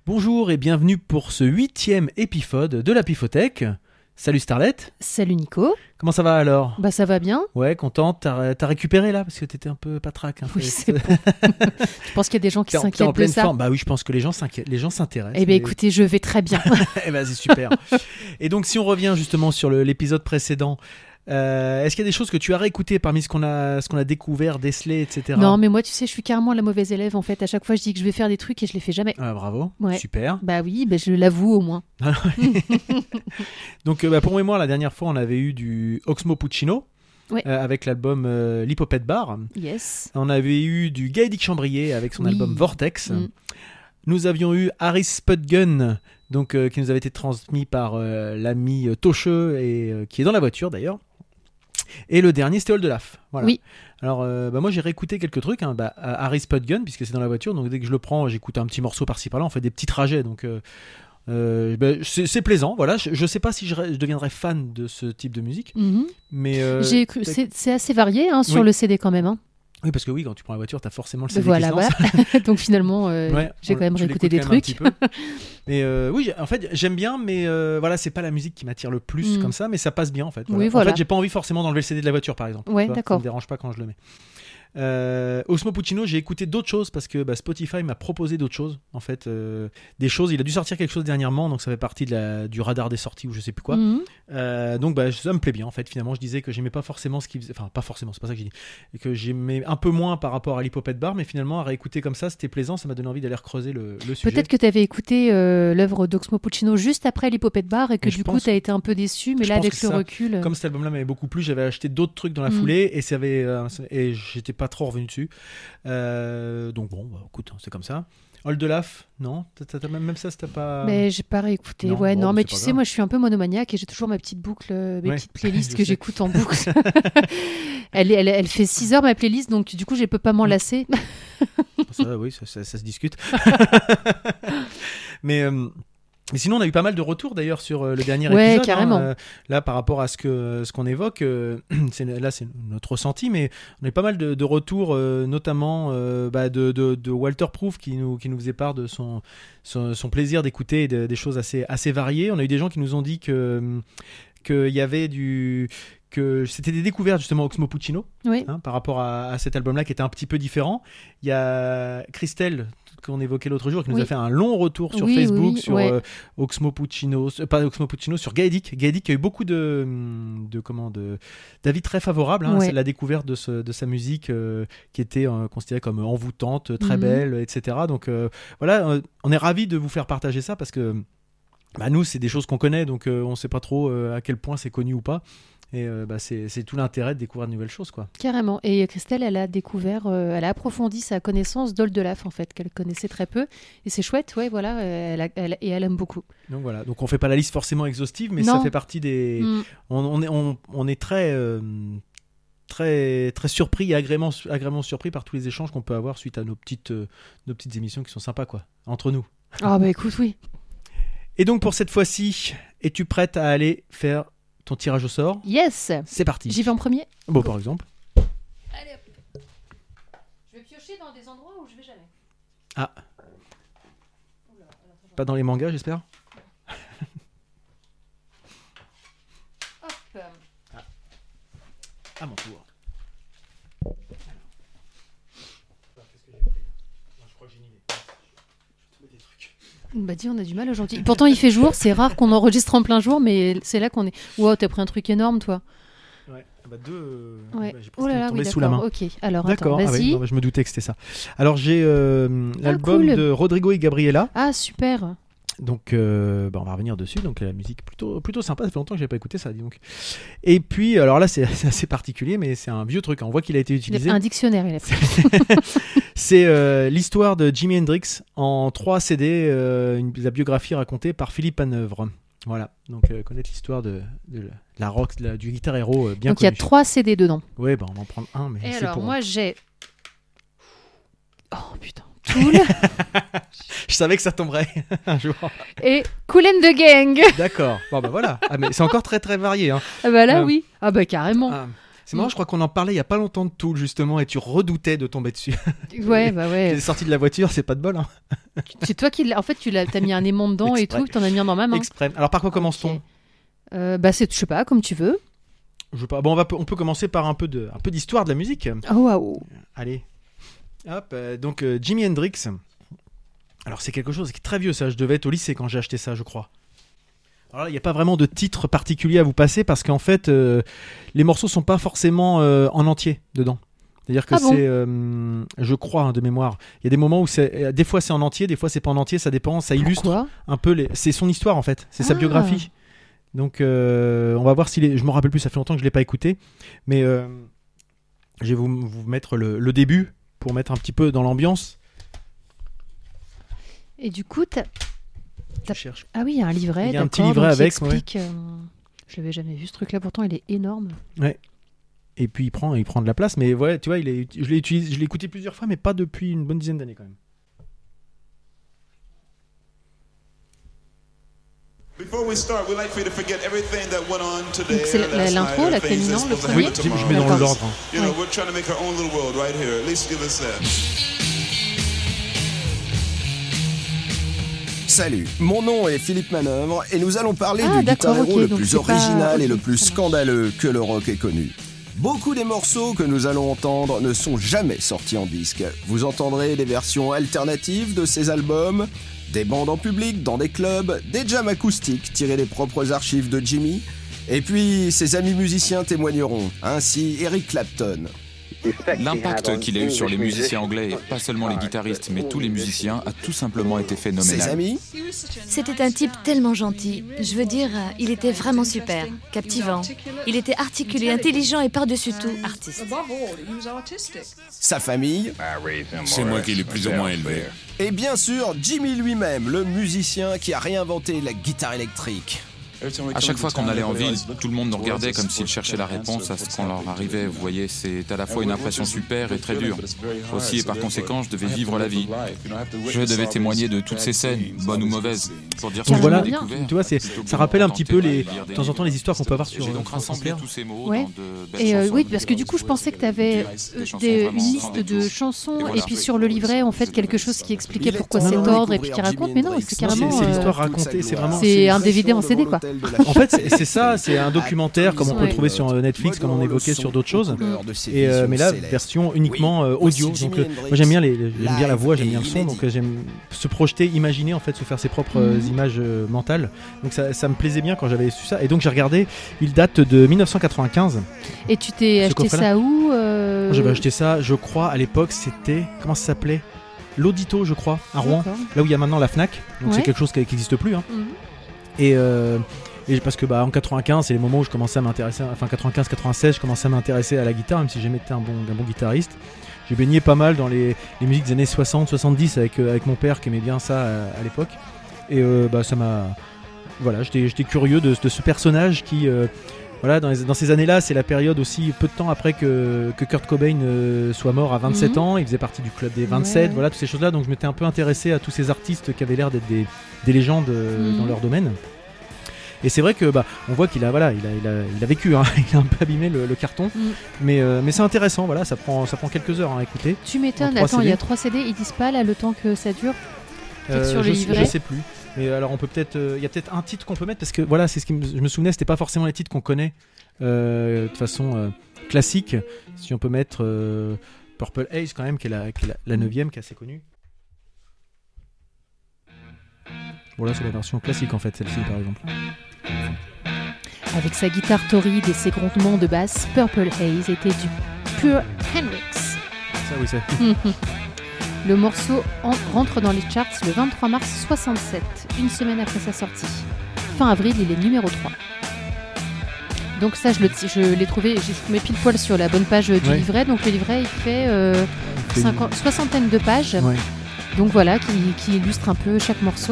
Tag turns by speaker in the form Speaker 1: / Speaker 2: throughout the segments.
Speaker 1: Bonjour et bienvenue pour ce 8e épisode de la Pifothèque. Salut Starlet.
Speaker 2: Salut Nico.
Speaker 1: Comment ça va alors ?
Speaker 2: Bah ça va bien.
Speaker 1: Ouais, contente. T'as récupéré là parce que t'étais un peu patraque.
Speaker 2: Oui, c'est bon. Je pense qu'il y a des gens qui
Speaker 1: T'es en
Speaker 2: s'inquiètent de
Speaker 1: pleine
Speaker 2: ça.
Speaker 1: forme. Bah oui, je pense que les gens s'intéressent.
Speaker 2: Eh bien écoutez, je vais très bien.
Speaker 1: Eh ben c'est super. Et donc si on revient justement sur l'épisode précédent, est-ce qu'il y a des choses que tu as réécoutées parmi ce qu'on a découvert, décelé, etc.
Speaker 2: Non, mais moi tu sais, je suis carrément la mauvaise élève en fait. À chaque fois je dis que je vais faire des trucs et je les fais jamais.
Speaker 1: Ah, bravo,
Speaker 2: Ouais.
Speaker 1: super.
Speaker 2: Bah oui, bah, je l'avoue au moins.
Speaker 1: Donc pour mémoire, la dernière fois on avait eu du Oxmo Puccino.
Speaker 2: Ouais.
Speaker 1: Avec l'album L'Hippopète Bar.
Speaker 2: Yes.
Speaker 1: On avait eu du Gaëdic Chambrier avec son album Vortex. Nous avions eu Harris Spudgun, donc, qui nous avait été transmis par l'ami Tocheux et qui est dans la voiture d'ailleurs. Et le dernier c'était Oldelaf. Voilà. Oui. Alors moi j'ai réécouté quelques trucs. Harris Spudgun puisque c'est dans la voiture, donc dès que je le prends j'écoute un petit morceau par-ci par-là. On fait des petits trajets, donc c'est plaisant. Voilà. Je sais pas si je deviendrai fan de ce type de musique, mais
Speaker 2: c'est assez varié sur le CD quand même. Hein.
Speaker 1: Oui, parce que quand tu prends la voiture, t'as forcément le CD
Speaker 2: voilà,
Speaker 1: qui se lance.
Speaker 2: Ouais. Donc finalement, j'ai quand même réécouté des trucs.
Speaker 1: Mais oui, en fait, j'aime bien, mais voilà, c'est pas la musique qui m'attire le plus comme ça, mais ça passe bien en fait. Voilà.
Speaker 2: Oui, voilà.
Speaker 1: En fait, j'ai pas envie forcément d'enlever le CD de la voiture, par exemple.
Speaker 2: Ouais, d'accord.
Speaker 1: Ça me dérange pas quand je le mets. Oxmo Puccino, j'ai écouté d'autres choses parce que Spotify m'a proposé d'autres choses en fait, des choses. Il a dû sortir quelque chose dernièrement, donc ça fait partie du radar des sorties ou je sais plus quoi. Donc ça me plaît bien en fait. Finalement, je disais que j'aimais pas forcément ce qu'il faisait, enfin pas forcément, c'est pas ça que j'ai dit, et que j'aimais un peu moins par rapport à l'Hippopète Bar, mais finalement à réécouter comme ça, c'était plaisant. Ça m'a donné envie d'aller creuser le sujet.
Speaker 2: Peut-être que tu avais écouté l'œuvre d'Oxmo Puccino juste après l'Hippopète Bar et que du coup tu as été un peu déçu, mais là avec le recul,
Speaker 1: comme cet album-là m'avait beaucoup plu, j'avais acheté d'autres trucs dans la foulée et j'étais pas trop revenu dessus. Donc bon, écoute, c'est comme ça. Oldelaf, non, t'as même ça, c'était pas.
Speaker 2: Mais j'ai pas réécouté. Non, mais tu sais, moi je suis un peu monomaniaque et j'ai toujours ma petite boucle, mes petites playlists que j'écoute en boucle. elle fait 6 heures ma playlist, donc du coup je peux pas m'en lasser.
Speaker 1: Ça se discute. Mais sinon, on a eu pas mal de retours d'ailleurs sur le dernier épisode.
Speaker 2: Carrément.
Speaker 1: Là, par rapport à ce qu'on évoque, c'est notre ressenti, mais on a eu pas mal de retours, notamment de Walter Proof qui nous faisait part de son plaisir d'écouter des choses assez variées. On a eu des gens qui nous ont dit qu'il y avait que c'était des découvertes justement Oxmo Puccino, par rapport à cet album-là qui était un petit peu différent. Il y a Christelle qu'on évoquait l'autre jour qui nous a fait un long retour sur Facebook sur Oxmo Puccino, pas Oxmo Puccino, sur Gaëdic qui a eu beaucoup d'avis très favorables. C'est la découverte de sa musique qui était considérée comme envoûtante, très belle, etc. Donc voilà, on est ravis de vous faire partager ça parce que nous c'est des choses qu'on connaît, donc on sait pas trop à quel point c'est connu ou pas. Et c'est tout l'intérêt de découvrir de nouvelles choses, quoi. Carrément.
Speaker 2: Et Christelle, elle a découvert, elle a approfondi sa connaissance d'Oldelaf, en fait, qu'elle connaissait très peu. Et c'est chouette, voilà. Elle aime beaucoup.
Speaker 1: Donc voilà. Donc on fait pas la liste forcément exhaustive, mais ça fait partie des. On est très très très surpris et agréablement surpris par tous les échanges qu'on peut avoir suite à nos petites émissions qui sont sympas, quoi, entre nous.
Speaker 2: Ah écoute, oui.
Speaker 1: Et donc pour cette fois-ci, es-tu prête à aller faire ton tirage au sort?
Speaker 2: Yes.
Speaker 1: C'est parti.
Speaker 2: J'y vais en premier.
Speaker 1: Bon, par exemple.
Speaker 2: Allez hop. Je vais piocher dans des endroits où je vais jamais.
Speaker 1: Ah. Pas dans les mangas, j'espère.
Speaker 2: Hop.
Speaker 1: À mon tour. Qu'est-ce que j'ai pris? Je crois que j'ai une idée. Je vais trouver des trucs.
Speaker 2: Dis, on a du mal aujourd'hui. Pourtant, il fait jour. C'est rare qu'on enregistre en plein jour, mais c'est là qu'on est. Wow, t'as pris un truc énorme, toi.
Speaker 1: Ouais. Deux.
Speaker 2: J'ai presque tombé
Speaker 1: sous la main.
Speaker 2: Ok. Alors,
Speaker 1: d'accord.
Speaker 2: Attends, vas-y.
Speaker 1: Je me doutais que c'était ça. Alors, j'ai l'album de Rodrigo et Gabriela.
Speaker 2: Ah, super.
Speaker 1: Donc, on va revenir dessus. Donc, la musique plutôt sympa. Ça fait longtemps que j'ai pas écouté ça, dis donc. Et puis, alors là, c'est assez particulier, mais c'est un vieux truc. On voit qu'il a été utilisé.
Speaker 2: Un dictionnaire, il a fait.
Speaker 1: C'est l'histoire de Jimi Hendrix en 3 CD, la biographie racontée par Philippe Haneuvre. Voilà. Donc, connaître l'histoire de la rock, du guitar hero bien
Speaker 2: donc,
Speaker 1: connu.
Speaker 2: il y a 3 CD dedans.
Speaker 1: Oui, on va en prendre un. Mais
Speaker 2: et
Speaker 1: c'est
Speaker 2: alors,
Speaker 1: pour
Speaker 2: moi, j'ai. Oh putain. Tool.
Speaker 1: Je savais que ça tomberait un jour.
Speaker 2: Et Kool and the Gang.
Speaker 1: D'accord. Bon, voilà. Ah, mais c'est encore très très varié. Hein.
Speaker 2: Ah bah là, oui. Ah bah carrément.
Speaker 1: C'est marrant, je crois qu'on en parlait il y a pas longtemps de Tool justement, et tu redoutais de tomber dessus.
Speaker 2: Ouais, bah ouais.
Speaker 1: Tu es sorti de la voiture, c'est pas de bol. Hein.
Speaker 2: C'est toi qui l'as. En fait, t'as mis un aimant dedans et tout, t'en as mis un dans ma main.
Speaker 1: Exprès. Alors par quoi commence-t-on ?
Speaker 2: Bah c'est, je sais pas, comme tu veux.
Speaker 1: Je sais pas. Bon, on peut commencer par un peu d'histoire de la musique.
Speaker 2: Oh waouh.
Speaker 1: Allez. Hop. Donc Jimi Hendrix. Alors c'est quelque chose qui est très vieux, ça. Je devais être au lycée quand j'ai acheté ça, je crois. Alors là, il n'y a pas vraiment de titre particulier à vous passer parce qu'en fait, les morceaux sont pas forcément en entier dedans. C'est-à-dire que je crois de mémoire, il y a des moments où des fois c'est en entier, des fois c'est pas en entier, ça dépend, ça illustre un peu c'est son histoire en fait, c'est sa biographie. Donc on va voir je me rappelle plus, ça fait longtemps que je l'ai pas écouté, mais je vais vous mettre le début pour mettre un petit peu dans l'ambiance.
Speaker 2: Et du coup, ah oui, il y a un livret.
Speaker 1: Il y a un petit livret avec.
Speaker 2: Explique, je l'avais jamais vu ce truc-là, pourtant il est énorme.
Speaker 1: Ouais. Et puis il prend de la place, mais ouais, tu vois, je l'ai écouté plusieurs fois, mais pas depuis une bonne dizaine d'années quand même.
Speaker 2: Donc c'est l'intro, la terminant, le premier.
Speaker 1: Oui, je mets dans l'ordre.
Speaker 3: Salut, mon nom est Philippe Manœuvre et nous allons parler du guitar hero le plus original et le plus scandaleux que le rock ait connu. Beaucoup des morceaux que nous allons entendre ne sont jamais sortis en disque. Vous entendrez des versions alternatives de ces albums, des bandes en public dans des clubs, des jams acoustiques tirés des propres archives de Jimmy, et puis ses amis musiciens témoigneront, ainsi Eric Clapton.
Speaker 4: L'impact qu'il a eu sur les musiciens anglais, et pas seulement les guitaristes, mais tous les musiciens, a tout simplement été phénoménal.
Speaker 3: Ses amis ?
Speaker 5: C'était un type tellement gentil. Je veux dire, il était vraiment super, captivant. Il était articulé, intelligent et par-dessus tout, artiste.
Speaker 3: Sa famille ?
Speaker 6: C'est moi qui l'ai plus ou moins élevé.
Speaker 3: Et bien sûr, Jimmy lui-même, le musicien qui a réinventé la guitare électrique.
Speaker 4: À chaque fois qu'on allait en ville, tout le monde nous regardait comme s'ils cherchaient la réponse à ce qu'on leur arrivait. Vous voyez, c'est à la fois une impression super et très dure. Aussi, et par conséquent, je devais vivre la vie. Je devais témoigner de toutes ces scènes, bonnes ou mauvaises, pour dire ce que
Speaker 1: voilà,
Speaker 4: j'avais découvert.
Speaker 1: Tu vois, ça rappelle un petit peu de temps en temps les histoires qu'on peut avoir sur.
Speaker 4: J'ai donc rassemblé tous ces mots dans de belles
Speaker 2: et
Speaker 4: chansons.
Speaker 2: oui, parce que du coup, je pensais que tu avais une liste de chansons et puis sur le livret, en fait, quelque chose qui expliquait pourquoi cet ordre et puis qui raconte. Mais non, c'est carrément.
Speaker 1: C'est l'histoire racontée, c'est vraiment.
Speaker 2: C'est un DVD en CD, quoi.
Speaker 1: En fait, c'est ça, c'est un documentaire comme on peut le trouver sur Netflix, comme on évoquait sur d'autres choses. Mais là, version uniquement audio. Donc, moi j'aime bien la voix, j'aime bien le son, donc j'aime se projeter, imaginer en fait, se faire ses propres images mentales. Donc ça me plaisait bien quand j'avais su ça. Et donc j'ai regardé, il date de 1995.
Speaker 2: Et tu t'es acheté ça où
Speaker 1: J'avais acheté ça, je crois, à l'époque, c'était comment ça s'appelait ? L'Audito, je crois, à Rouen, là où il y a maintenant la Fnac. Donc c'est quelque chose qui n'existe plus. Hein. Et parce que en 95, c'est les moments où je commençais à m'intéresser, enfin 95-96, je commençais à m'intéresser à la guitare, même si j'aimais être un bon guitariste. J'ai baigné pas mal dans les musiques des années 60-70 avec mon père qui aimait bien ça à l'époque. Et ça m'a... Voilà, j'étais curieux de ce personnage qui... Voilà, dans ces années-là, c'est la période aussi, peu de temps après que Kurt Cobain soit mort à 27 ans. Il faisait partie du club des 27, voilà, toutes ces choses-là. Donc je m'étais un peu intéressé à tous ces artistes qui avaient l'air d'être des légendes dans leur domaine. Et c'est vrai que on voit qu'il a vécu, hein. Il a un peu abîmé le carton, mais c'est intéressant, voilà, ça prend quelques heures à écouter.
Speaker 2: Tu m'étonnes, attends, il y a 3 CD, ils disent pas là le temps que ça dure sur le livret.
Speaker 1: Je sais plus. Mais alors on peut il y a peut-être un titre qu'on peut mettre parce que voilà, c'est ce que je me souvenais, c'était pas forcément les titres qu'on connaît de façon classique. Si on peut mettre Purple Haze quand même, qui est la 9e, qui est assez connue. Bon là c'est la version classique en fait, celle-ci par exemple.
Speaker 2: Avec sa guitare torride et ses grondements de basse, Purple Haze était du pur Hendrix.
Speaker 1: Ça oui c'est.
Speaker 2: Le morceau rentre dans les charts le 23 mars 67, une semaine après sa sortie. Fin avril, il est numéro 3. Donc ça, je l'ai trouvé, je mets pile poil sur la bonne page du livret. Donc le livret, il fait 60 de pages. Ouais. Donc voilà, qui illustre un peu chaque morceau.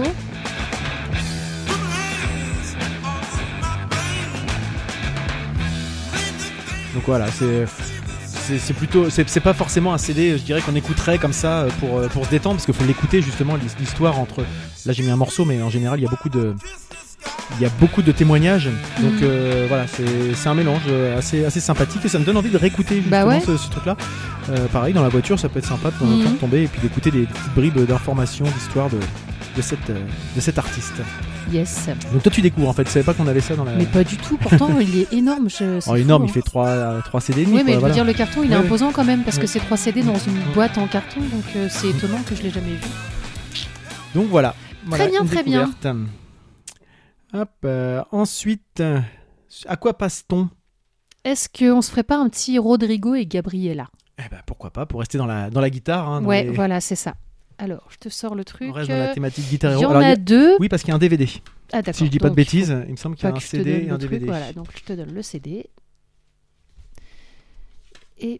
Speaker 1: Donc voilà, c'est plutôt, c'est pas forcément un CD, je dirais, qu'on écouterait comme ça pour se détendre, parce qu'il faut l'écouter justement, l'histoire entre. Là j'ai mis un morceau, mais en général il y a beaucoup Il y a beaucoup de témoignages, donc voilà, c'est un mélange assez sympathique et ça me donne envie de réécouter justement ce truc-là. Pareil, dans la voiture, ça peut être sympa de temps en temps de tomber et puis d'écouter des petites bribes d'informations, d'histoire de cet artiste.
Speaker 2: Yes.
Speaker 1: Donc toi tu découvres en fait, tu savais pas qu'on avait ça dans la...
Speaker 2: Mais pas du tout, pourtant il est énorme.
Speaker 1: Énorme, il fait 3 CD et demi.
Speaker 2: Oui, mais je veux dire, le carton il est imposant quand même, parce que c'est 3 CD dans une boîte en carton, donc c'est étonnant que je l'ai jamais vu.
Speaker 1: Donc voilà.
Speaker 2: Très bien.
Speaker 1: Hop, ensuite, à quoi passe-t-on ?
Speaker 2: Est-ce qu'on se ferait pas un petit Rodrigo et Gabriela ?
Speaker 1: Eh ben pourquoi pas, pour rester dans la guitare. Hein,
Speaker 2: voilà, c'est ça. Alors, je te sors le truc.
Speaker 1: On reste dans la thématique guitare
Speaker 2: héros.
Speaker 1: Il
Speaker 2: y en a deux.
Speaker 1: Oui, parce qu'il y a un DVD.
Speaker 2: Ah d'accord.
Speaker 1: Si je dis pas de bêtises, il me semble qu'il y a un CD et un DVD.
Speaker 2: Voilà, donc je te donne le CD. Et...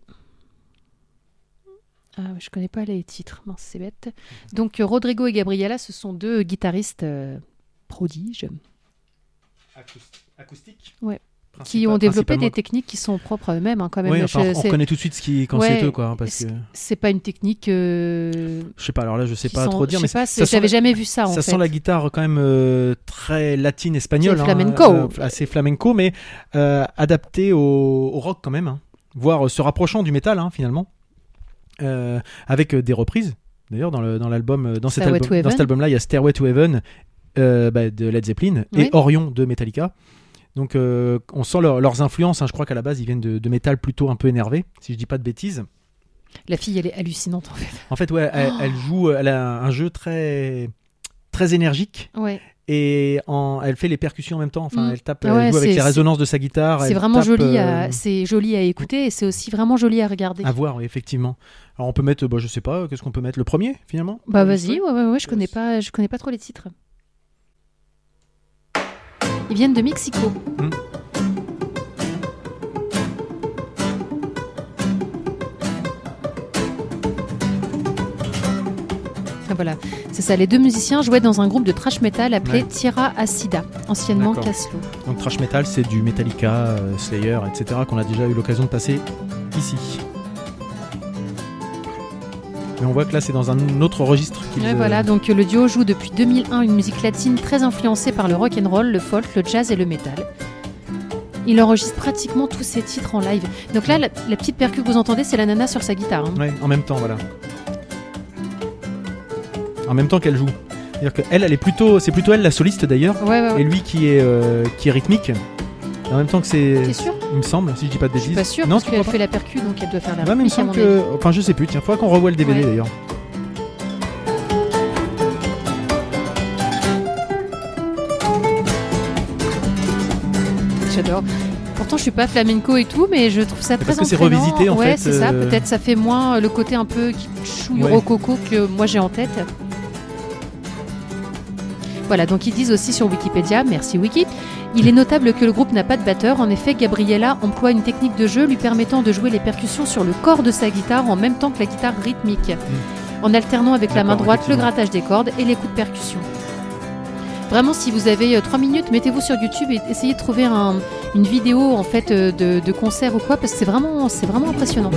Speaker 2: je connais pas les titres, mince, c'est bête. Donc Rodrigo et Gabriela, ce sont deux guitaristes prodiges.
Speaker 1: Acoustique.
Speaker 2: Ouais. Qui ont développé des techniques qui sont propres à eux-mêmes, hein, quand même.
Speaker 1: Oui, enfin, on reconnaît tout de suite quand c'est eux, quoi, hein, parce que
Speaker 2: c'est pas une technique.
Speaker 1: Je sais pas. Alors là, je sais pas trop dire, mais
Speaker 2: j'avais jamais vu ça.
Speaker 1: Ça sent la guitare quand même très latine espagnole,
Speaker 2: flamenco,
Speaker 1: assez flamenco, mais adapté au rock quand même, hein, voire se rapprochant du métal, hein, finalement, avec des reprises. D'ailleurs, dans l'album, dans cet album-là, il y a Stairway to Heaven de Led Zeppelin et Orion de Metallica. Donc on sent leurs influences, hein. Je crois qu'à la base ils viennent de métal plutôt un peu énervé, si je dis pas de bêtises.
Speaker 2: La fille elle est hallucinante en fait.
Speaker 1: En fait ouais, elle a un jeu très, très énergique et elle fait les percussions en même temps, enfin elle joue avec les résonances de sa guitare.
Speaker 2: C'est vraiment joli, c'est joli à écouter et c'est aussi vraiment joli à regarder.
Speaker 1: À voir, oui, effectivement. Alors on peut mettre, je sais pas, qu'est-ce qu'on peut mettre, le premier finalement ?
Speaker 2: Vas-y, ouais, je connais pas trop les titres. Ils viennent de Mexico. Voilà, c'est ça. Les deux musiciens jouaient dans un groupe de thrash metal appelé Tierra Acida, anciennement Caslo.
Speaker 1: Donc thrash metal, c'est du Metallica, Slayer, etc. qu'on a déjà eu l'occasion de passer ici. Mais on voit que là c'est dans un autre registre.
Speaker 2: Voilà, donc le duo joue depuis 2001 une musique latine très influencée par le rock and roll, le folk, le jazz et le metal. Il enregistre pratiquement tous ses titres en live. Donc là, la petite percu que vous entendez, c'est la nana sur sa guitare. Hein.
Speaker 1: Ouais, en même temps, voilà. En même temps qu'elle joue. C'est-à-dire qu'elle, c'est plutôt elle la soliste d'ailleurs, et lui qui est rythmique. En même temps que c'est...
Speaker 2: T'es sûr ?
Speaker 1: Il me semble, si je dis pas de bêtises.
Speaker 2: Je suis pas sûr, parce qu'elle fait la percu, donc elle doit faire la rythmique.
Speaker 1: Mais il me semble que... Enfin, je sais plus, tiens, faudra qu'on revoie le DVD d'ailleurs.
Speaker 2: J'adore. Pourtant, je suis pas flamenco et tout, mais je trouve ça très
Speaker 1: entraînant. Parce que c'est revisité en fait.
Speaker 2: Ouais, c'est ça. Peut-être ça fait moins le côté un peu chouille rococo que moi j'ai en tête. Voilà, donc ils disent aussi sur Wikipédia, merci Wiki, il est notable que le groupe n'a pas de batteur. En effet, Gabriela emploie une technique de jeu lui permettant de jouer les percussions sur le corps de sa guitare en même temps que la guitare rythmique, en alternant avec la main droite le grattage des cordes et les coups de percussion. Vraiment, si vous avez 3 minutes, mettez-vous sur YouTube et essayez de trouver une vidéo en fait de concert ou quoi, parce que c'est vraiment impressionnant.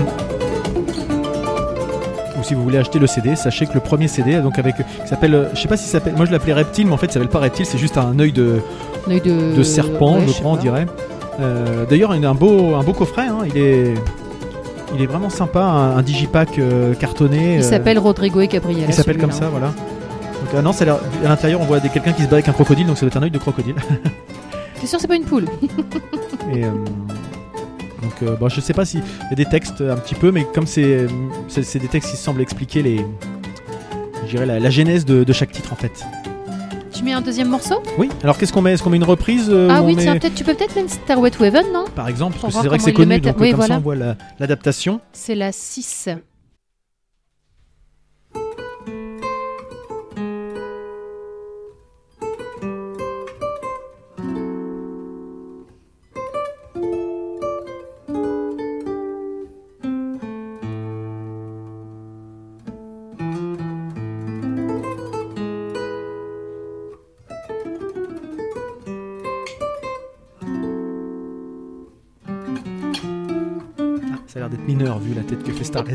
Speaker 1: Ou si vous voulez acheter le CD, sachez que le premier CD, donc qui s'appelle, je sais pas si ça s'appelle, moi je l'appelais Reptile, mais en fait ça s'appelle pas Reptile, c'est juste un œil de serpent, je crois, on dirait. D'ailleurs, il a un beau coffret, hein. Il est vraiment sympa, un digipack cartonné.
Speaker 2: Il s'appelle Rodrigo et Gabriela.
Speaker 1: Il s'appelle comme ça, voilà. Donc, non, à l'intérieur, on voit quelqu'un qui se bat avec un crocodile, donc ça doit être un œil de crocodile.
Speaker 2: T'es sûr, c'est pas une poule?
Speaker 1: Et donc, je sais pas s'il y a des textes un petit peu, mais comme c'est des textes qui semblent expliquer la genèse de chaque titre en fait.
Speaker 2: Tu mets un deuxième morceau? Oui.
Speaker 1: Alors qu'est-ce qu'on met? Est-ce qu'on met une reprise?
Speaker 2: Tiens, tu peux peut-être mettre Stairway to Heaven, non?
Speaker 1: Par exemple, parce que c'est vrai que c'est connu, donc comme ça on voit l'adaptation.
Speaker 2: C'est la 6.
Speaker 1: Ça a l'air d'être mineur vu la tête que fait Starlet.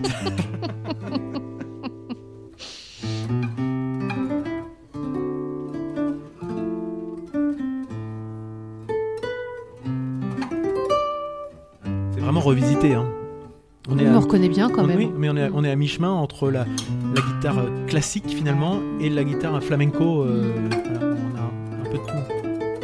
Speaker 1: revisiter. Hein.
Speaker 2: On me reconnaît bien quand même.
Speaker 1: Oui, mais on est à mi-chemin entre la guitare classique finalement et la guitare flamenco. Voilà, on a un peu de tout.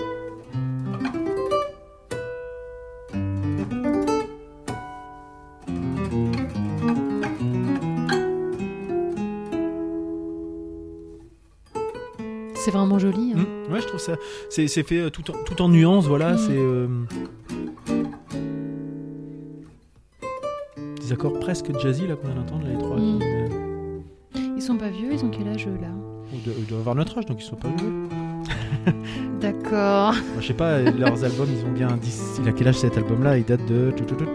Speaker 2: C'est vraiment joli. Hein.
Speaker 1: Ouais, je trouve ça. C'est fait tout en nuances, voilà. C'est des accords presque jazzy là qu'on vient d'entendre, là, les trois.
Speaker 2: Ils sont pas vieux, ils ont quel âge là?
Speaker 1: Ils doivent avoir notre âge, donc ils sont pas vieux.
Speaker 2: D'accord.
Speaker 1: Moi, je sais pas, leurs albums, ils ont bien 10. Il a quel âge cet album-là? Il date de.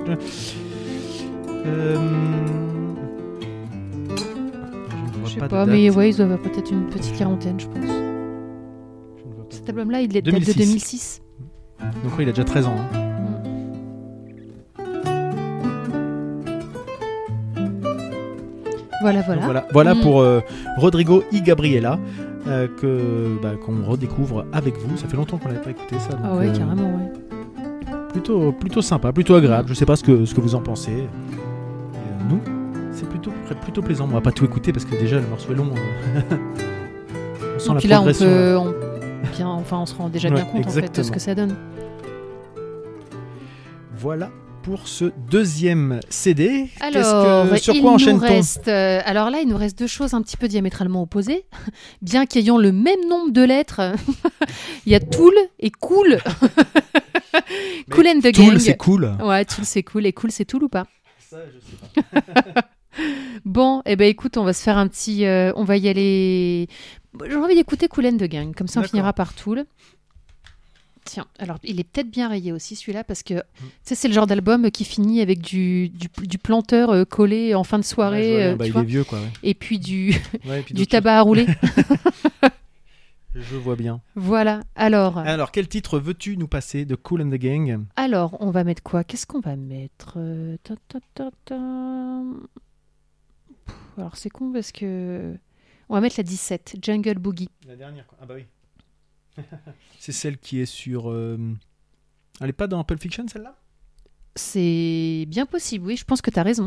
Speaker 2: Je sais pas, mais ouais, ils doivent avoir peut-être une petite quarantaine, je pense. Cet album-là, il date de 2006.
Speaker 1: Donc oui, il a déjà 13 ans. Hein. Voilà pour Rodrigo y Gabriela qu'on redécouvre avec vous. Ça fait longtemps qu'on l'avait pas écouté ça. Donc,
Speaker 2: ouais, carrément, ouais.
Speaker 1: Plutôt sympa, plutôt agréable. Je sais pas ce que vous en pensez. Et, nous, c'est plutôt plaisant. On va pas tout écouter parce que déjà le morceau est long. On sent
Speaker 2: la progression. On se rend déjà bien compte en fait de ce que ça donne.
Speaker 1: Voilà pour ce deuxième CD.
Speaker 2: Alors,
Speaker 1: sur quoi enchaîne-t-on ?
Speaker 2: Alors là, il nous reste deux choses un petit peu diamétralement opposées, bien qu'ayant le même nombre de lettres. Il y a Tool et Cool. Cool and the Gang.
Speaker 1: Tool, c'est cool.
Speaker 2: Ouais, Tool, c'est cool. Et Cool, c'est Tool ou pas ?
Speaker 1: Ça, je sais pas.
Speaker 2: Bon, écoute, on va se faire un petit... on va y aller... J'ai envie d'écouter Cool and the Gang, comme ça on finira par Tool. Tiens, alors il est peut-être bien rayé aussi celui-là parce que c'est le genre d'album qui finit avec du planteur collé en fin de soirée.
Speaker 1: Il est vieux quoi. Ouais.
Speaker 2: Et puis du tabac à rouler.
Speaker 1: Je vois bien.
Speaker 2: Voilà, alors
Speaker 1: quel titre veux-tu nous passer de Cool and the Gang ?
Speaker 2: Alors, on va mettre quoi ? Qu'est-ce qu'on va mettre ? Alors c'est con parce que... On va mettre la 17, Jungle Boogie.
Speaker 1: La dernière quoi. Ah bah oui. C'est celle qui est sur... Elle est pas dans Pulp Fiction, celle-là ?
Speaker 2: C'est bien possible, oui, je pense que t'as raison.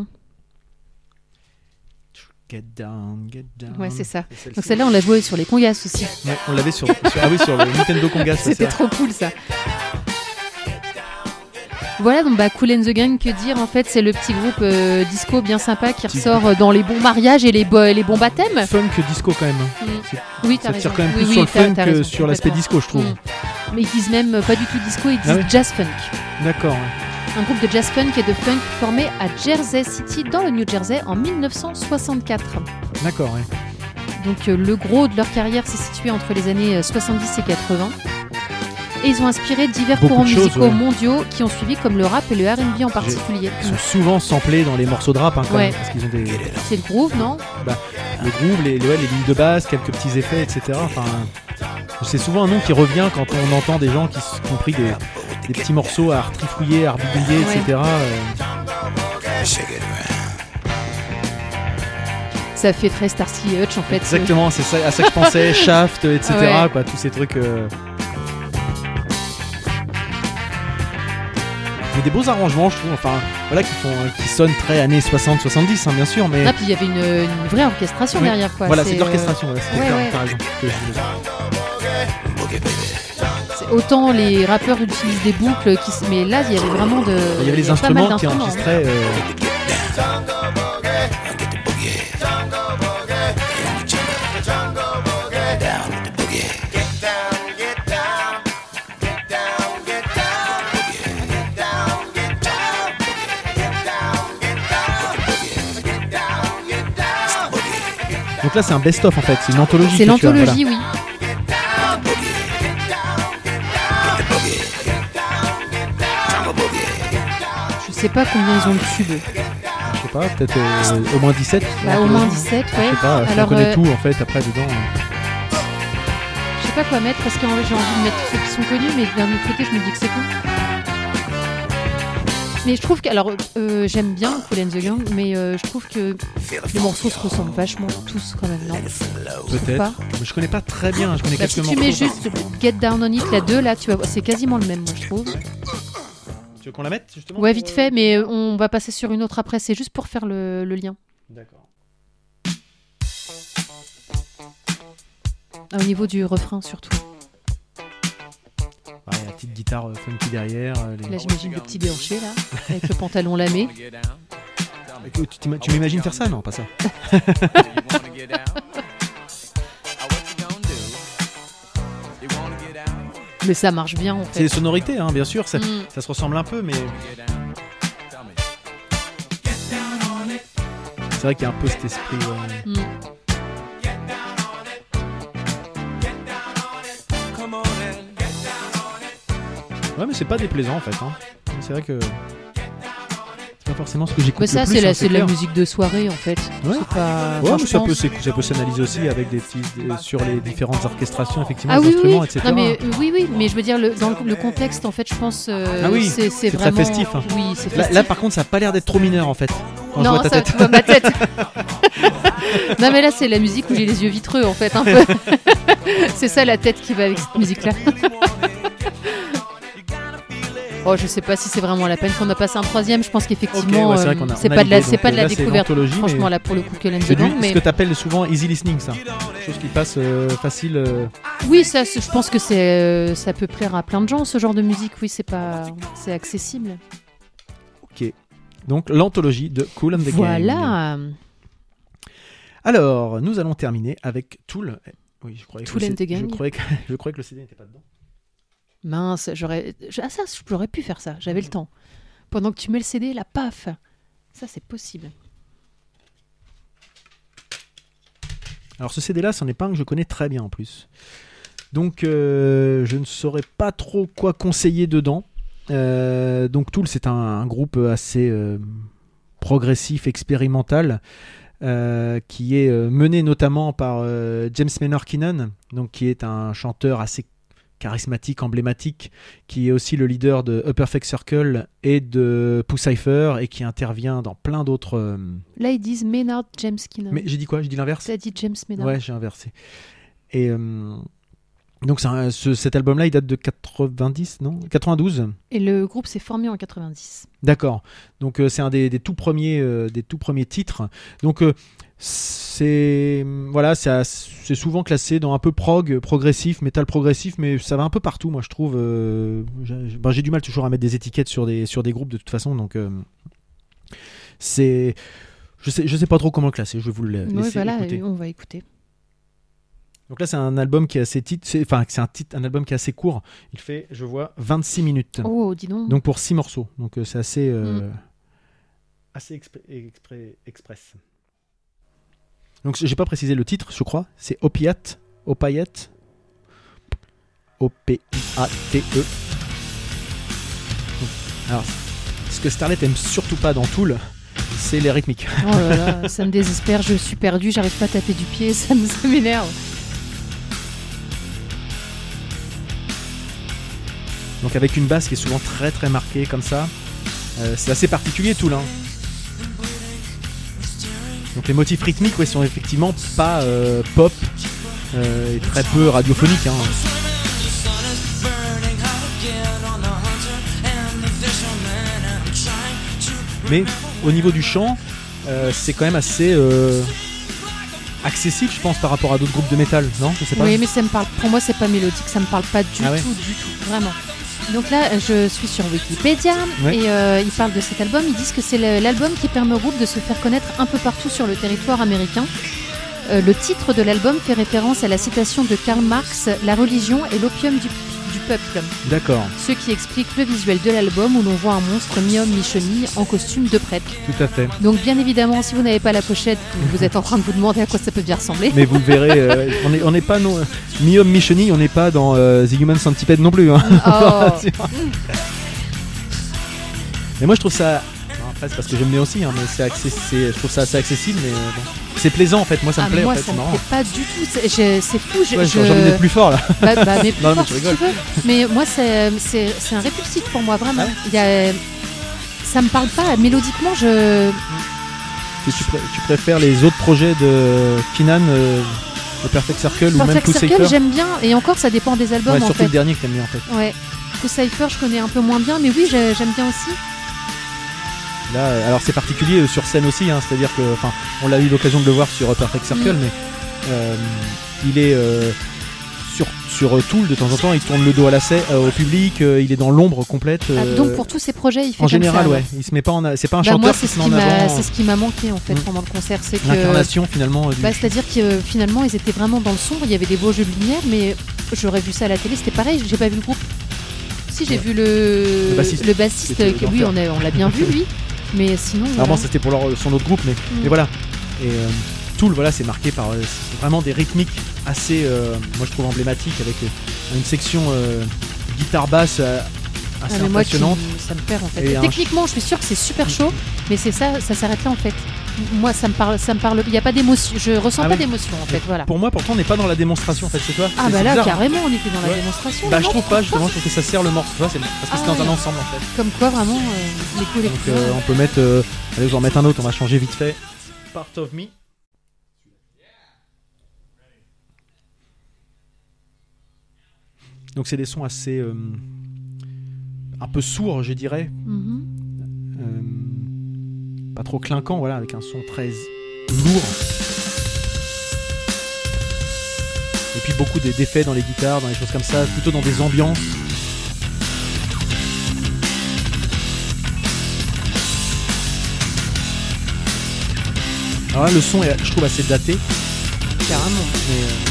Speaker 1: Get down, get down.
Speaker 2: Ouais, c'est ça. Donc celle-là, on l'a jouée sur les congas aussi.
Speaker 1: Ouais, on l'avait sur le Nintendo Congas.
Speaker 2: C'était trop cool, ça. Voilà, donc Cool and the Gang, que dire en fait, c'est le petit groupe disco bien sympa qui ressort dans les bons mariages et les bons baptêmes.
Speaker 1: Funk disco quand même.
Speaker 2: Oui, t'as raison.
Speaker 1: Ça tire quand même plus sur le funk que sur l'aspect disco, je trouve.
Speaker 2: Mais ils disent même pas du tout disco, ils disent jazz funk.
Speaker 1: D'accord.
Speaker 2: Un groupe de jazz funk et de funk formé à Jersey City dans le New Jersey en 1964.
Speaker 1: D'accord, ouais.
Speaker 2: Donc le gros de leur carrière s'est situé entre les années 70 et 80. Et ils ont inspiré divers courants musicaux mondiaux qui ont suivi, comme le rap et le R&B en particulier.
Speaker 1: Ils sont souvent samplés dans les morceaux de rap, quand même, parce qu'ils ont des...
Speaker 2: C'est le groove, non ?
Speaker 1: Le groove, les lignes de basse, quelques petits effets, etc. Enfin, c'est souvent un nom qui revient quand on entend des gens qui ont pris des petits morceaux à retrifouiller, à rebidouiller, etc.
Speaker 2: Ça fait très Starsky et Hutch, en fait.
Speaker 1: Exactement, c'est ça, à ça que je pensais, Shaft, etc. Quoi, tous ces trucs... Il y a des beaux arrangements, je trouve, qui sonnent très années 60-70, bien sûr, mais...
Speaker 2: puis il y avait une vraie orchestration derrière, quoi.
Speaker 1: Voilà, c'est de l'orchestration, t'as raison.
Speaker 2: C'est autant les rappeurs utilisent des boucles, mais là, il y avait vraiment
Speaker 1: il y avait les instruments qui enregistraient... Donc là, c'est un best-of en fait, c'est une anthologie.
Speaker 2: C'est l'anthologie, oui. Je sais pas combien ils ont de tubes.
Speaker 1: Je sais pas, peut-être au moins 17.
Speaker 2: Au moins 17, ouais.
Speaker 1: Je sais pas, on connaît tout en fait après dedans.
Speaker 2: Je sais pas quoi mettre parce que j'ai envie de mettre ceux qui sont connus, mais d'un autre côté, je me dis que c'est cool. Mais je trouve que, j'aime bien Cool and the Gang, mais je trouve que les morceaux se ressemblent vachement tous quand même, non ?
Speaker 1: Peut-être, mais je connais pas très bien, je connais quelques
Speaker 2: si
Speaker 1: morceaux.
Speaker 2: tu mets juste Get Down on It, la 2, là, tu vas voir, c'est quasiment le même, moi je trouve.
Speaker 1: veux qu'on la mette justement?
Speaker 2: Ouais, vite fait, mais on va passer sur une autre après. C'est juste pour faire le lien.
Speaker 1: D'accord.
Speaker 2: Au niveau du refrain surtout.
Speaker 1: La petite guitare funky derrière.
Speaker 2: Là, j'imagine le petit déhanché là, avec le pantalon lamé.
Speaker 1: Tu m'imagines faire ça? Non, pas ça.
Speaker 2: Mais ça marche bien en fait.
Speaker 1: C'est les sonorités, hein, bien sûr, ça se ressemble un peu, mais... C'est vrai qu'il y a un peu cet esprit... Ouais, mais c'est pas déplaisant en fait. Hein. C'est vrai que... C'est pas forcément ce que j'écoute
Speaker 2: mais ça,
Speaker 1: le plus.
Speaker 2: c'est de la musique de soirée en fait.
Speaker 1: Ouais,
Speaker 2: c'est pas...
Speaker 1: ouais, mais ça peut s'analyser aussi avec des petits, sur les différentes orchestrations, effectivement, des
Speaker 2: oui,
Speaker 1: instruments,
Speaker 2: oui.
Speaker 1: etc.
Speaker 2: Non, mais, oui, mais je veux dire, dans le contexte, en fait, je pense c'est vraiment...
Speaker 1: très festif. Hein.
Speaker 2: Oui, c'est festif.
Speaker 1: Là, par contre, ça a pas l'air d'être trop mineur en fait. Quand je vois ta tête.
Speaker 2: Tu vois ma tête. Non, mais là, c'est la musique où j'ai les yeux vitreux en fait, un peu. C'est ça la tête qui va avec cette musique-là. Oh, je sais pas si c'est vraiment la peine qu'on a passé un troisième. Je pense qu'effectivement, c'est pas de la découverte. Franchement, là pour le coup, que l'aime dedans.
Speaker 1: C'est ce que t'appelles souvent easy listening, ça. Chose qui passe facile.
Speaker 2: Oui, ça, je pense que ça peut plaire à plein de gens, ce genre de musique. Oui, c'est accessible.
Speaker 1: Ok. Donc l'anthologie de Kool and the Gang.
Speaker 2: Voilà.
Speaker 1: Alors, nous allons terminer avec Tool. Oui, je croyais
Speaker 2: Tool and the Gang.
Speaker 1: Je croyais que le CD n'était pas dedans.
Speaker 2: Mince, j'aurais pu faire ça, j'avais le temps. Pendant que tu mets le CD, là, paf. Ça, c'est possible.
Speaker 1: Alors ce CD-là, c'en est pas un que je connais très bien en plus. Donc je ne saurais pas trop quoi conseiller dedans. Donc Tool, c'est un groupe assez progressif, expérimental, qui est mené notamment par James Maynard Keenan, donc qui est un chanteur assez charismatique, emblématique, qui est aussi le leader de A Perfect Circle et de Puscifer, et qui intervient dans plein d'autres...
Speaker 2: Là, ils disent Maynard James Keenan.
Speaker 1: Mais j'ai dit quoi? J'ai dit l'inverse?
Speaker 2: T'as dit James Maynard.
Speaker 1: Ouais, j'ai inversé. Et donc cet album-là, il date de 92. Et
Speaker 2: le groupe s'est formé en 90.
Speaker 1: D'accord. Donc c'est un des tout premiers titres. Donc c'est souvent classé dans un peu progressif, métal progressif, mais ça va un peu partout, moi je trouve. J'ai du mal toujours à mettre des étiquettes sur des groupes de toute façon, donc je sais pas trop comment le classer. Je vais vous le laisser écouter.
Speaker 2: On va écouter.
Speaker 1: Donc là, c'est un album qui est assez un album qui est assez court. Il fait, je vois, 26 minutes.
Speaker 2: Oh, dis donc.
Speaker 1: Donc pour 6 morceaux. Donc c'est assez express. Donc j'ai pas précisé le titre, je crois. C'est Opiate. O-P-I-A-T-E. Alors, ce que Starlet aime surtout pas dans Tool, c'est les rythmiques.
Speaker 2: Oh là là, ça me désespère. Je suis perdu, j'arrive pas à taper du pied, ça m'énerve.
Speaker 1: Donc avec une basse qui est souvent très très marquée comme ça. C'est assez particulier Tool, hein. Donc les motifs rythmiques sont effectivement pas pop et très peu radiophoniques, hein. Mais au niveau du chant, c'est quand même assez accessible, je pense, par rapport à d'autres groupes de métal, non? Je sais pas.
Speaker 2: Oui, mais pour moi, c'est pas mélodique, ça me parle pas du tout, vraiment. Donc là, je suis sur Wikipédia et ils parlent de cet album. Ils disent que c'est l'album qui permet au groupe de se faire connaître un peu partout sur le territoire américain. Le titre de l'album fait référence à la citation de Karl Marx, « La religion est l'opium du peuple ».
Speaker 1: D'accord.
Speaker 2: Ce qui explique le visuel de l'album où l'on voit un monstre mi-homme, mi-chenille en costume de prêtre.
Speaker 1: Tout à fait.
Speaker 2: Donc bien évidemment, si vous n'avez pas la pochette, vous êtes en train de vous demander à quoi ça peut bien ressembler.
Speaker 1: Mais vous le verrez, on n'est pas mi-homme, mi-chenille, on n'est pas dans The Human Centipede non plus. Hein.
Speaker 2: Oh.
Speaker 1: Mais moi je trouve ça... Après c'est parce que j'aime bien aussi, hein, mais je trouve ça assez accessible, mais bon. C'est plaisant en fait, moi ça me plaît
Speaker 2: moi,
Speaker 1: en fait,
Speaker 2: ça
Speaker 1: c'est marrant.
Speaker 2: Me plaît pas du tout, c'est fou.
Speaker 1: J'ai envie d'être plus fort là.
Speaker 2: Mais plus
Speaker 1: non,
Speaker 2: fort
Speaker 1: mais
Speaker 2: si tu veux. Mais moi c'est un répulsif pour moi, vraiment. Ça me parle pas, mélodiquement
Speaker 1: Tu préfères les autres projets de Keenan, The Perfect Circle ou même Puscifer?
Speaker 2: Perfect Circle j'aime bien, et encore ça dépend des albums en fait.
Speaker 1: Surtout le dernier que t'aimes bien en fait.
Speaker 2: Ouais. Cypher, je connais un peu moins bien, mais oui, j'aime bien aussi.
Speaker 1: Là, alors c'est particulier sur scène aussi, hein, c'est-à-dire que, on a eu l'occasion de le voir sur Perfect Circle, mais il est sur Tool de temps en temps, il tourne le dos à au public, il est dans l'ombre complète.
Speaker 2: Donc pour tous ses projets, il fait
Speaker 1: en général,
Speaker 2: ça,
Speaker 1: ouais, il se met pas c'est pas un chanteur qui se met en avant.
Speaker 2: C'est ce qui m'a manqué en fait pendant le concert, c'est que
Speaker 1: l'incarnation finalement.
Speaker 2: C'est-à-dire que finalement ils étaient vraiment dans le sombre, il y avait des beaux jeux de lumière, mais j'aurais vu ça à la télé, c'était pareil, j'ai pas vu le groupe. Si j'ai vu le bassiste, lui on l'a bien vu lui, mais sinon.
Speaker 1: Alors bon, c'était pour son autre groupe, mais voilà. Et Tool, voilà, c'est marqué par vraiment des rythmiques assez, moi je trouve emblématiques, avec une section guitare basse assez impressionnante.
Speaker 2: Moi, ça me perd en fait. Techniquement, je suis sûre que c'est super chaud, mais c'est ça s'arrête là en fait. Moi, ça me parle. Il n'y a pas d'émotion. Je ressens pas d'émotion en fait. Voilà.
Speaker 1: Pour moi, pourtant, on n'est pas dans la démonstration en fait. C'est toi.
Speaker 2: Ah bah là, carrément, on était dans la démonstration.
Speaker 1: Bah, je trouve pas. Justement, je trouve que ça sert le morceau. Parce que c'est dans un ensemble en fait.
Speaker 2: Comme quoi, vraiment, les coups, les
Speaker 1: coups. On peut mettre. Allez, vous en mettre un autre. On va changer vite fait. Part of Me. Donc c'est des sons assez un peu sourds, je dirais. Pas trop clinquant, voilà, avec un son très lourd. Et puis beaucoup d'effets dans les guitares, dans les choses comme ça, plutôt dans des ambiances. Alors là, le son est, je trouve, assez daté.
Speaker 2: Carrément.
Speaker 1: Mais,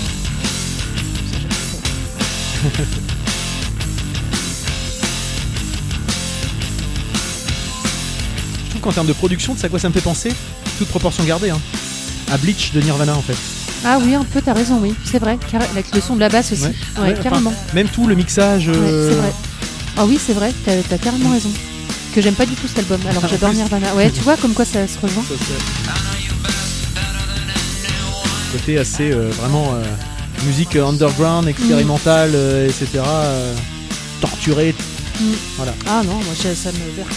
Speaker 1: je trouve qu'en termes de production, tu sais à quoi ça me fait penser, toute proportion gardée, hein, à Bleach de Nirvana en fait.
Speaker 2: Ah oui, un peu, t'as raison, oui, c'est vrai, avec le son de la basse aussi, ouais, carrément.
Speaker 1: Même tout, le mixage.
Speaker 2: Ouais, c'est vrai. Ah oui, c'est vrai, t'as carrément raison. Que j'aime pas du tout cet album, alors j'adore Nirvana. Ouais, tu vois, comme quoi ça se rejoint.
Speaker 1: Côté assez vraiment. Musique underground, expérimentale, etc. Torturée. Voilà.
Speaker 2: Ah non, moi ça me verge.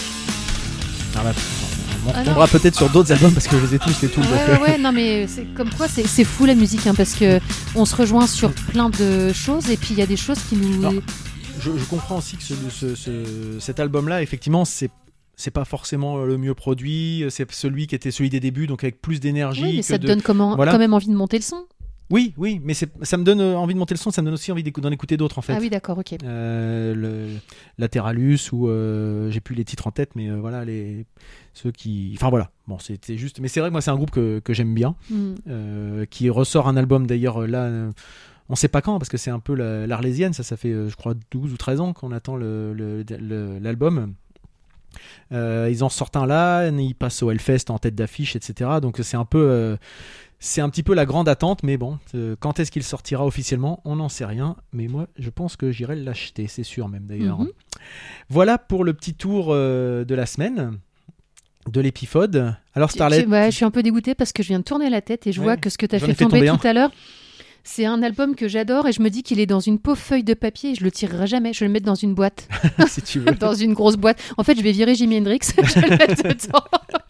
Speaker 1: On tombera peut-être sur d'autres albums parce que je les ai tous et tout.
Speaker 2: Ouais, non mais c'est comme quoi c'est fou la musique, hein, parce que on se rejoint sur plein de choses et puis il y a des choses qui nous.
Speaker 1: Alors, je comprends aussi que cet album-là, effectivement, c'est pas forcément le mieux produit, c'est celui qui était celui des débuts, donc avec plus d'énergie.
Speaker 2: Oui, mais ça te donne quand même envie de monter le son.
Speaker 1: Oui, mais ça me donne envie de monter le son, ça me donne aussi envie d'en écouter d'autres en fait.
Speaker 2: Ah oui, d'accord, ok.
Speaker 1: Le Lateralus, ou j'ai plus les titres en tête, mais voilà, ceux qui. Enfin voilà, bon, c'était juste. Mais c'est vrai que moi, c'est un groupe que j'aime bien, qui ressort un album d'ailleurs là. On sait pas quand, parce que c'est un peu l'Arlésienne, ça fait je crois 12 ou 13 ans qu'on attend l'album. Ils en sortent un là, ils passent au Hellfest en tête d'affiche, etc. Donc c'est un peu. C'est un petit peu la grande attente, mais bon, quand est-ce qu'il sortira officiellement, on n'en sait rien. Mais moi, je pense que j'irai l'acheter, c'est sûr même d'ailleurs. Voilà pour le petit tour de la semaine de l'Épiphode. Alors Starlet,
Speaker 2: je suis un peu dégoûtée parce que je viens de tourner la tête et je vois que ce que tu as fait tomber tout à l'heure, c'est un album que j'adore et je me dis qu'il est dans une pauvre feuille de papier et je le tirerai jamais. Je vais le mettre dans une boîte.
Speaker 1: Si tu veux.
Speaker 2: Dans une grosse boîte. En fait, je vais virer Jimi Hendrix, je vais le mettre dedans.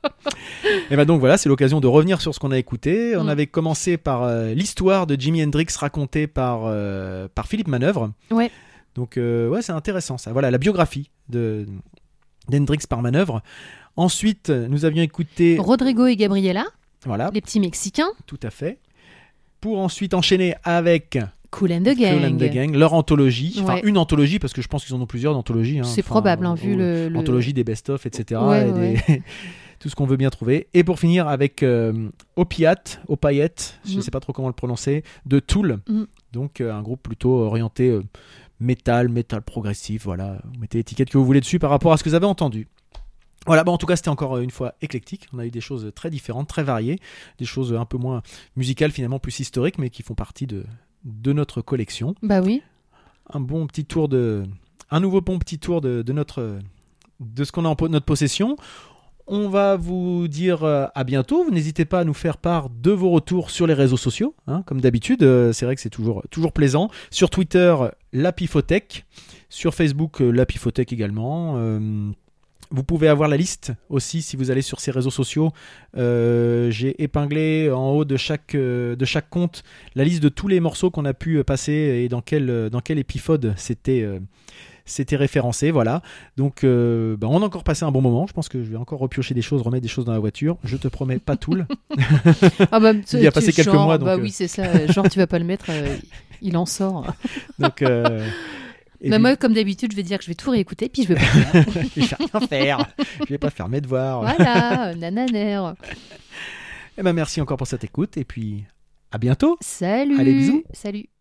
Speaker 1: Et ben donc voilà, c'est l'occasion de revenir sur ce qu'on a écouté. On avait commencé par l'histoire de Jimi Hendrix racontée par Philippe Manœuvre.
Speaker 2: Ouais.
Speaker 1: Donc ouais, c'est intéressant ça. Voilà la biographie d'Hendrix par Manœuvre. Ensuite, nous avions écouté
Speaker 2: Rodrigo et Gabriela.
Speaker 1: Voilà.
Speaker 2: Les petits Mexicains.
Speaker 1: Tout à fait. Pour ensuite enchaîner avec
Speaker 2: Cool and the Gang,
Speaker 1: leur anthologie, enfin une anthologie, parce que je pense qu'ils en ont plusieurs d'anthologies. Hein.
Speaker 2: C'est probable, hein, vu
Speaker 1: l'anthologie des best-of, etc. Tout ce qu'on veut bien trouver. Et pour finir avec Opiate, je ne sais pas trop comment le prononcer, de Tool. Donc un groupe plutôt orienté métal progressif. Voilà, vous mettez l'étiquette que vous voulez dessus par rapport à ce que vous avez entendu. Voilà, en tout cas, c'était encore une fois éclectique. On a eu des choses très différentes, très variées, des choses un peu moins musicales, finalement plus historiques, mais qui font partie de notre collection.
Speaker 2: Bah oui.
Speaker 1: Un nouveau bon petit tour de ce qu'on a en notre possession. On va vous dire à bientôt. Vous n'hésitez pas à nous faire part de vos retours sur les réseaux sociaux, hein, comme d'habitude. C'est vrai que c'est toujours plaisant. Sur Twitter, la Pifothèque. Sur Facebook, la Pifothèque également. Vous pouvez avoir la liste aussi si vous allez sur ces réseaux sociaux. J'ai épinglé en haut de chaque compte la liste de tous les morceaux qu'on a pu passer et dans quel épiphode c'était c'était référencé, voilà. Donc, on a encore passé un bon moment. Je pense que je vais encore repiocher des choses, remettre des choses dans la voiture. Je te promets, pas Tool. Il y a passé quelques mois. Donc,
Speaker 2: oui, c'est ça. Genre, tu vas pas le mettre, il en sort.
Speaker 1: Donc...
Speaker 2: moi, comme d'habitude, je vais dire que je vais tout réécouter, puis je vais pas faire.
Speaker 1: Je vais rien faire. Je vais pas faire mes devoirs.
Speaker 2: Voilà, nananère.
Speaker 1: Merci encore pour cette écoute, et puis à bientôt.
Speaker 2: Salut.
Speaker 1: Allez, bisous.
Speaker 2: Salut.